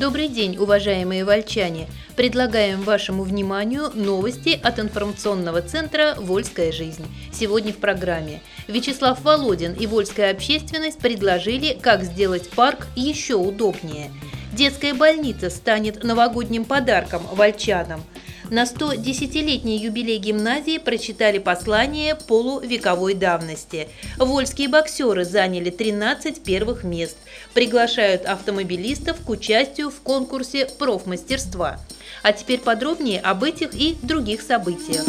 Добрый день, уважаемые вольчане! Предлагаем вашему вниманию новости от информационного центра «Вольская жизнь». Сегодня в программе Вячеслав Володин и вольская общественность предложили, как сделать парк еще удобнее. Детская больница станет новогодним подарком вольчанам. На 110-летний юбилей гимназии прочитали послание полувековой давности. Вольские боксеры заняли 13 первых мест. Приглашают автомобилистов к участию в конкурсе профмастерства. А теперь подробнее об этих и других событиях.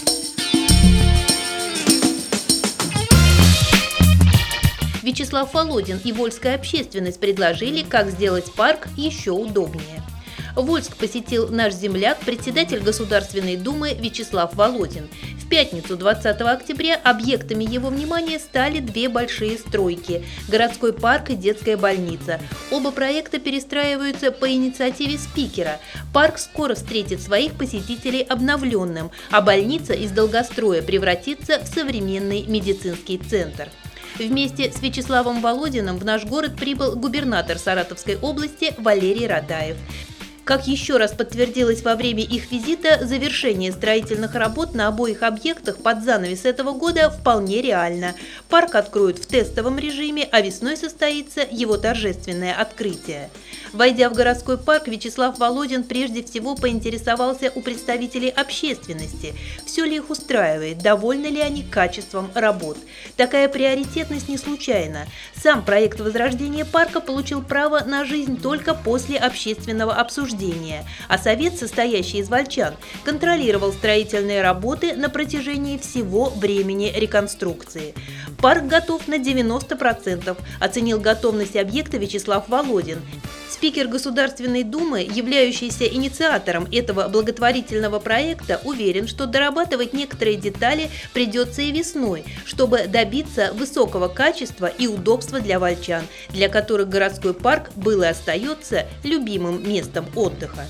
Вячеслав Володин и вольская общественность предложили, как сделать парк еще удобнее. Вольск посетил наш земляк, председатель Государственной Думы Вячеслав Володин. В пятницу, 20 октября, объектами его внимания стали две большие стройки – городской парк и детская больница. Оба проекта перестраиваются по инициативе спикера. Парк скоро встретит своих посетителей обновленным, а больница из долгостроя превратится в современный медицинский центр. Вместе с Вячеславом Володиным в наш город прибыл губернатор Саратовской области Валерий Радаев. Как еще раз подтвердилось во время их визита, завершение строительных работ на обоих объектах под занавес этого года вполне реально. Парк откроют в тестовом режиме, а весной состоится его торжественное открытие. Войдя в городской парк, Вячеслав Володин прежде всего поинтересовался у представителей общественности, все ли их устраивает, довольны ли они качеством работ. Такая приоритетность не случайна. Сам проект возрождения парка получил право на жизнь только после общественного обсуждения, а совет, состоящий из вольчан, контролировал строительные работы на протяжении всего времени реконструкции. Парк готов на 90%, оценил готовность объекта Вячеслав Володин. Спикер Государственной Думы, являющийся инициатором этого благотворительного проекта, уверен, что дорабатывать некоторые детали придется и весной, чтобы добиться высокого качества и удобства для вольчан, для которых городской парк был и остается любимым местом отдыха.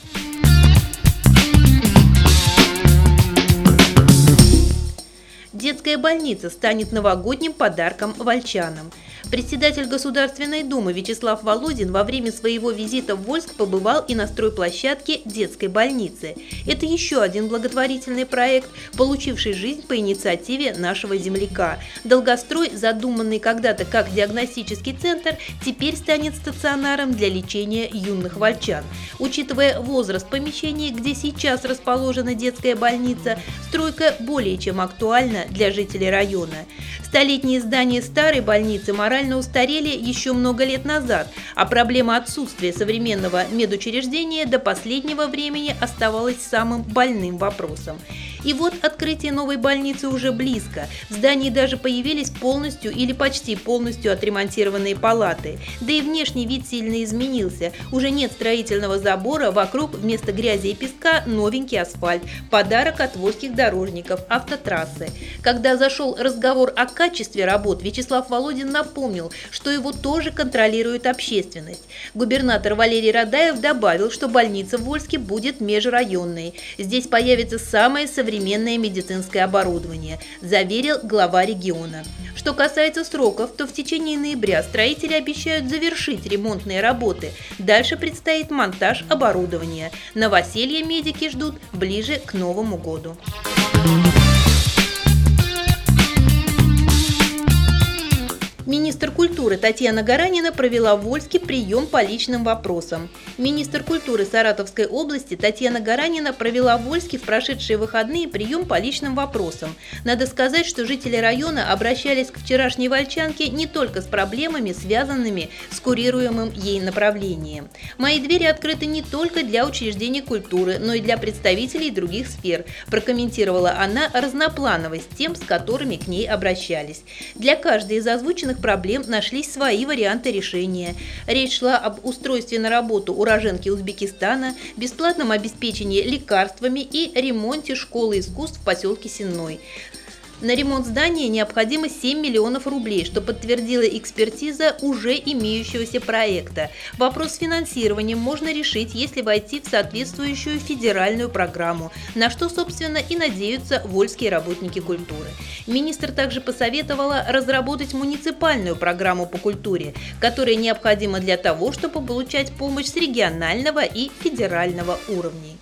Детская больница станет новогодним подарком вольчанам. Председатель Государственной Думы Вячеслав Володин во время своего визита в Вольск побывал и на стройплощадке детской больницы. Это еще один благотворительный проект, получивший жизнь по инициативе нашего земляка. Долгострой, задуманный когда-то как диагностический центр, теперь станет стационаром для лечения юных вольчан. Учитывая возраст помещений, где сейчас расположена детская больница, стройка более чем актуальна для жителей района. Столетние здания старой больницы морально устарели еще много лет назад, а проблема отсутствия современного медучреждения до последнего времени оставалась самым больным вопросом. И вот открытие новой больницы уже близко. В здании даже появились полностью или почти полностью отремонтированные палаты. Да и внешний вид сильно изменился. Уже нет строительного забора, вокруг вместо грязи и песка новенький асфальт. Подарок от вольских дорожников, автотрассы. Когда зашел разговор о качестве работ, Вячеслав Володин напомнил, что его тоже контролирует общественность. Губернатор Валерий Радаев добавил, что больница в Вольске будет межрайонной. Здесь появится самое современное медицинское оборудование, заверил глава региона. Что касается сроков, то в течение ноября строители обещают завершить ремонтные работы. Дальше предстоит монтаж оборудования. Новоселье медики ждут ближе к Новому году. Министр культуры Татьяна Гаранина провела в Вольске прием по личным вопросам. Министр культуры Саратовской области Татьяна Гаранина провела в Вольске в прошедшие выходные прием по личным вопросам. Надо сказать, что жители района обращались к вчерашней вольчанке не только с проблемами, связанными с курируемым ей направлением. «Мои двери открыты не только для учреждений культуры, но и для представителей других сфер», прокомментировала она разноплановость тем, с которыми к ней обращались. Для каждой из озвученных проблем нашлись свои варианты решения. Речь шла об устройстве на работу уроженки Узбекистана, бесплатном обеспечении лекарствами и ремонте школы искусств в поселке Сенной. На ремонт здания необходимо 7 миллионов рублей, что подтвердила экспертиза уже имеющегося проекта. Вопрос с финансированием можно решить, если войти в соответствующую федеральную программу, на что, собственно, и надеются вольские работники культуры. Министр также посоветовала разработать муниципальную программу по культуре, которая необходима для того, чтобы получать помощь с регионального и федерального уровней.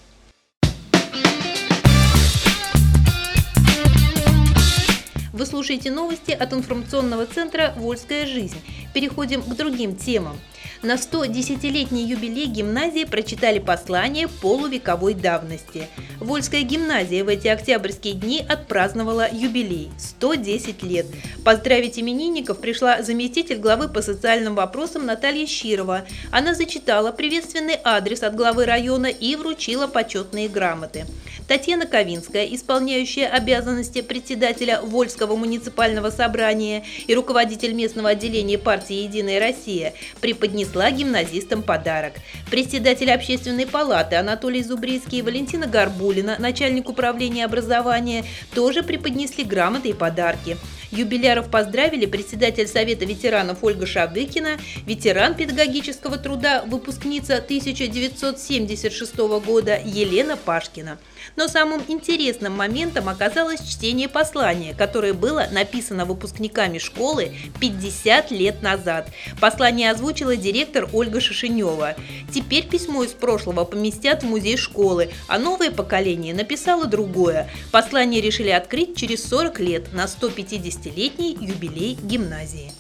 Вы слушаете новости от информационного центра «Вольская жизнь». Переходим к другим темам. На 110-летний юбилей гимназии прочитали послание полувековой давности. Вольская гимназия в эти октябрьские дни отпраздновала юбилей – 110 лет. Поздравить именинников пришла заместитель главы по социальным вопросам Наталья Щирова. Она зачитала приветственный адрес от главы района и вручила почетные грамоты. Татьяна Ковинская, исполняющая обязанности председателя Вольского муниципального собрания и руководитель местного отделения партии «Единая Россия», преподнесла гимназистам подарок. Председатель общественной палаты Анатолий Зубрицкий и Валентина Горбулина, начальник управления образования, тоже преподнесли грамоты и подарки. Юбиляров поздравили председатель Совета ветеранов Ольга Шавыкина, ветеран педагогического труда, выпускница 1976 года Елена Пашкина. Но самым интересным моментом оказалось чтение послания, которое было написано выпускниками школы 50 лет назад. Послание озвучила директор Ольга Шишинева. Теперь письмо из прошлого поместят в музей школы, а новое поколение написало другое. Послание решили открыть через 40 лет на 150-летний юбилей гимназии.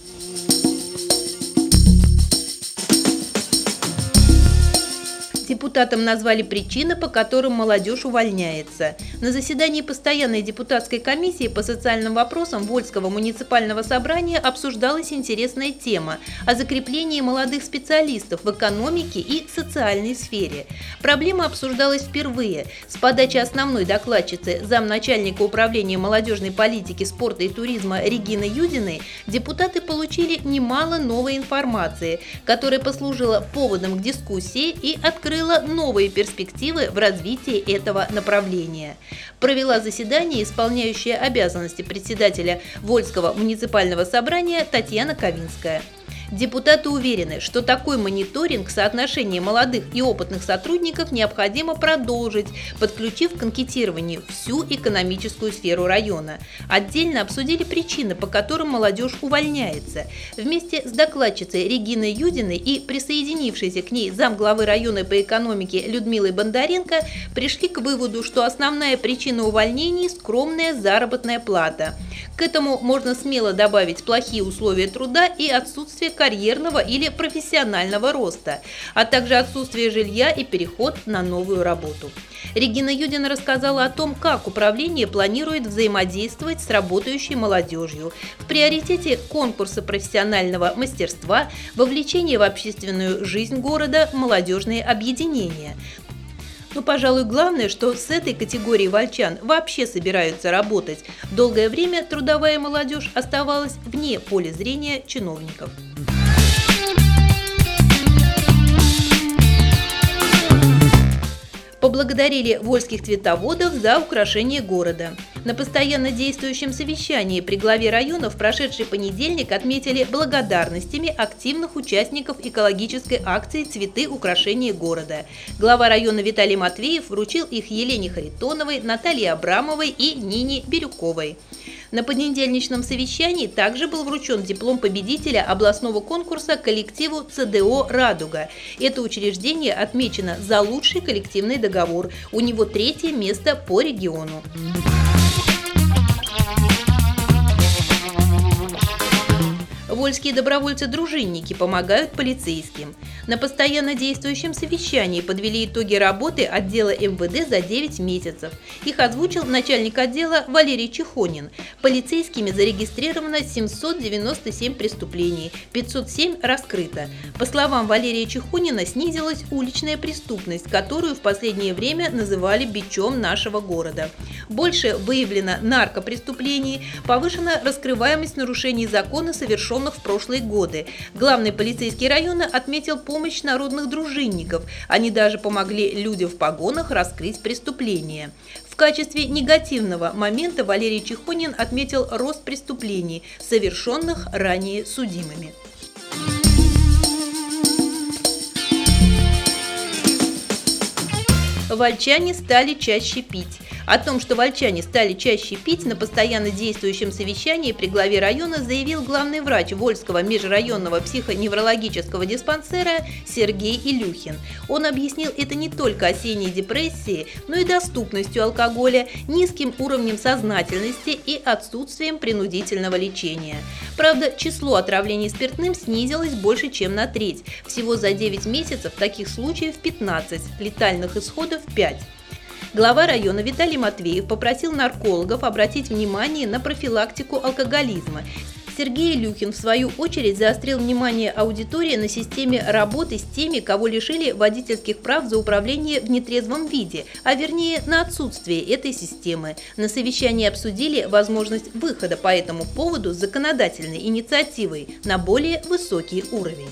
Депутатам назвали причины, по которым молодежь увольняется. На заседании постоянной депутатской комиссии по социальным вопросам Вольского муниципального собрания обсуждалась интересная тема о закреплении молодых специалистов в экономике и социальной сфере. Проблема обсуждалась впервые. С подачи основной докладчицы замначальника управления молодежной политики, спорта и туризма Регины Юдиной депутаты получили немало новой информации, которая послужила поводом к дискуссии и открыла новые перспективы в развитии этого направления. Провела заседание исполняющая обязанности председателя Вольского муниципального собрания Татьяна Ковинская. Депутаты уверены, что такой мониторинг соотношения молодых и опытных сотрудников необходимо продолжить, подключив к анкетированию всю экономическую сферу района. Отдельно обсудили причины, по которым молодежь увольняется. Вместе с докладчицей Региной Юдиной и присоединившейся к ней замглавы района по экономике Людмилой Бондаренко пришли к выводу, что основная причина увольнений – скромная заработная плата. К этому можно смело добавить плохие условия труда и отсутствие карьерного или профессионального роста, а также отсутствие жилья и переход на новую работу. Регина Юдина рассказала о том, как управление планирует взаимодействовать с работающей молодежью. В приоритете конкурсы профессионального мастерства, вовлечение в общественную жизнь города, молодежные объединения. Но, пожалуй, главное, что с этой категорией вольчан вообще собираются работать. Долгое время трудовая молодежь оставалась вне поля зрения чиновников. Поблагодарили вольских цветоводов за украшение города. На постоянно действующем совещании при главе района в прошедший понедельник отметили благодарностями активных участников экологической акции «Цветы украшения города». Глава района Виталий Матвеев вручил их Елене Харитоновой, Наталье Абрамовой и Нине Бирюковой. На понедельничном совещании также был вручен диплом победителя областного конкурса коллективу ЦДО «Радуга». Это учреждение отмечено за лучший коллективный договор. У него 3-е место по региону. Вольские добровольцы-дружинники помогают полицейским. На постоянно действующем совещании подвели итоги работы отдела МВД за 9 месяцев. Их озвучил начальник отдела Валерий Чехонин. Полицейскими зарегистрировано 797 преступлений, 507 раскрыто. По словам Валерия Чехонина, снизилась уличная преступность, которую в последнее время называли бичом нашего города. Больше выявлено наркопреступлений, повышена раскрываемость нарушений закона, совершенных совершенных в прошлые годы. Главный полицейский района отметил помощь народных дружинников. Они даже помогли людям в погонах раскрыть преступления. В качестве негативного момента Валерий Чехонин отметил рост преступлений, совершенных ранее судимыми. Вольчане стали чаще пить. О том, что вольчане стали чаще пить, на постоянно действующем совещании при главе района заявил главный врач Вольского межрайонного психоневрологического диспансера Сергей Илюхин. Он объяснил это не только осенней депрессией, но и доступностью алкоголя, низким уровнем сознательности и отсутствием принудительного лечения. Правда, число отравлений спиртным снизилось больше, чем на треть. Всего за 9 месяцев таких случаев 15, летальных исходов 5. Глава района Виталий Матвеев попросил наркологов обратить внимание на профилактику алкоголизма. Сергей Илюхин, в свою очередь, заострил внимание аудитории на системе работы с теми, кого лишили водительских прав за управление в нетрезвом виде, а вернее на отсутствие этой системы. На совещании обсудили возможность выхода по этому поводу с законодательной инициативой на более высокий уровень.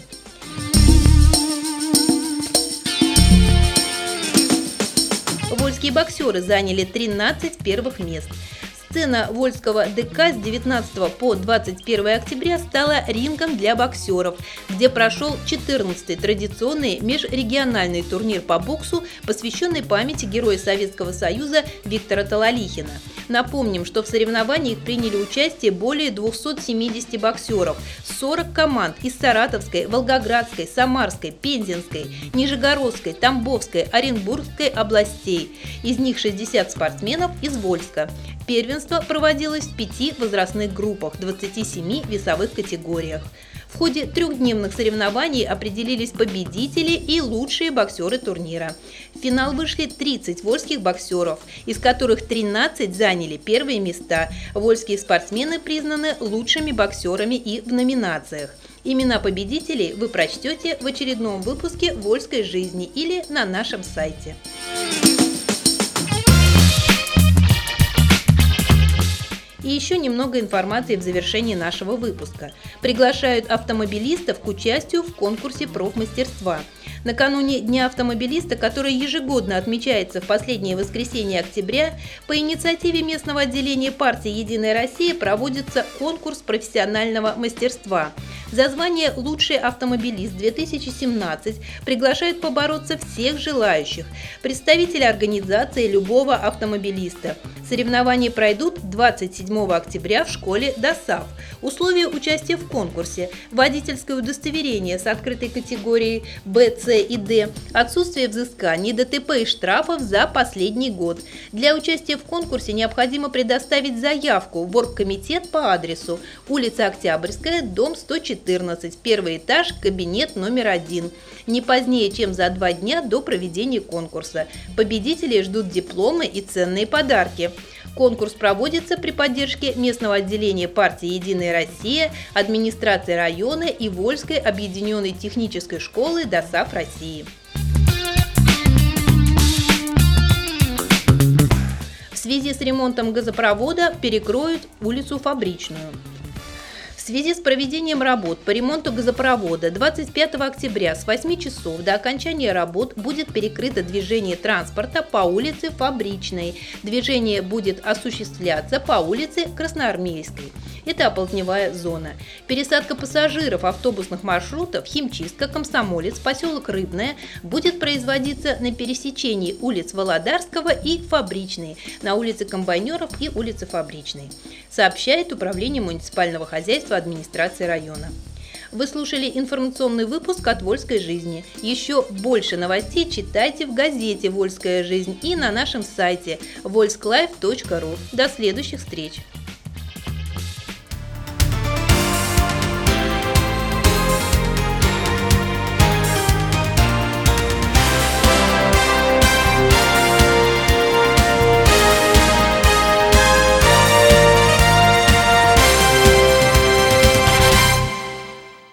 Вольские боксеры заняли 13 первых мест. Сцена Вольского ДК с 19 по 21 октября стала рингом для боксеров, где прошел 14-й традиционный межрегиональный турнир по боксу, посвященный памяти героя Советского Союза Виктора Талалихина. Напомним, что в соревнованиях приняли участие более 270 боксеров, 40 команд из Саратовской, Волгоградской, Самарской, Пензенской, Нижегородской, Тамбовской, Оренбургской областей. Из них 60 спортсменов из Вольска. Первенство проводилось в 5 возрастных группах, 27 весовых категориях. В ходе трехдневных соревнований определились победители и лучшие боксеры турнира. В финал вышли 30 вольских боксеров, из которых 13 заняли первые места. Вольские спортсмены признаны лучшими боксерами и в номинациях. Имена победителей вы прочтете в очередном выпуске «Вольской жизни» или на нашем сайте. И еще немного информации в завершении нашего выпуска. Приглашают автомобилистов к участию в конкурсе профмастерства. Накануне Дня автомобилиста, который ежегодно отмечается в последнее воскресенье октября, по инициативе местного отделения партии «Единая Россия» проводится конкурс профессионального мастерства. За звание «Лучший автомобилист-2017» приглашают побороться всех желающих, представители организации любого автомобилиста. Соревнования пройдут 27 октября в школе ДОСАВ. Условия участия в конкурсе: водительское удостоверение с открытой категорией Б, С и Д, отсутствие взысканий, ДТП и штрафов за последний год. Для участия в конкурсе необходимо предоставить заявку в оргкомитет по адресу улица Октябрьская, дом 114, первый этаж, кабинет номер 1, не позднее, чем за 2 дня до проведения конкурса. Победителей ждут дипломы и ценные подарки. Конкурс проводится при поддержке местного отделения партии «Единая Россия», администрации района и Вольской объединенной технической школы ДОСАВ России. В связи с ремонтом газопровода перекроют улицу Фабричную. В связи с проведением работ по ремонту газопровода 25 октября с 8 часов до окончания работ будет перекрыто движение транспорта по улице Фабричной. Движение будет осуществляться по улице Красноармейской. Это оползневая зона. Пересадка пассажиров автобусных маршрутов Химчистка, Комсомолец, поселок Рыбное будет производиться на пересечении улиц Володарского и Фабричной, на улице Комбайнеров и улице Фабричной, сообщает Управление муниципального хозяйства администрации района. Вы слушали информационный выпуск от «Вольской жизни». Еще больше новостей читайте в газете «Вольская жизнь» и на нашем сайте volsklife.ru. До следующих встреч!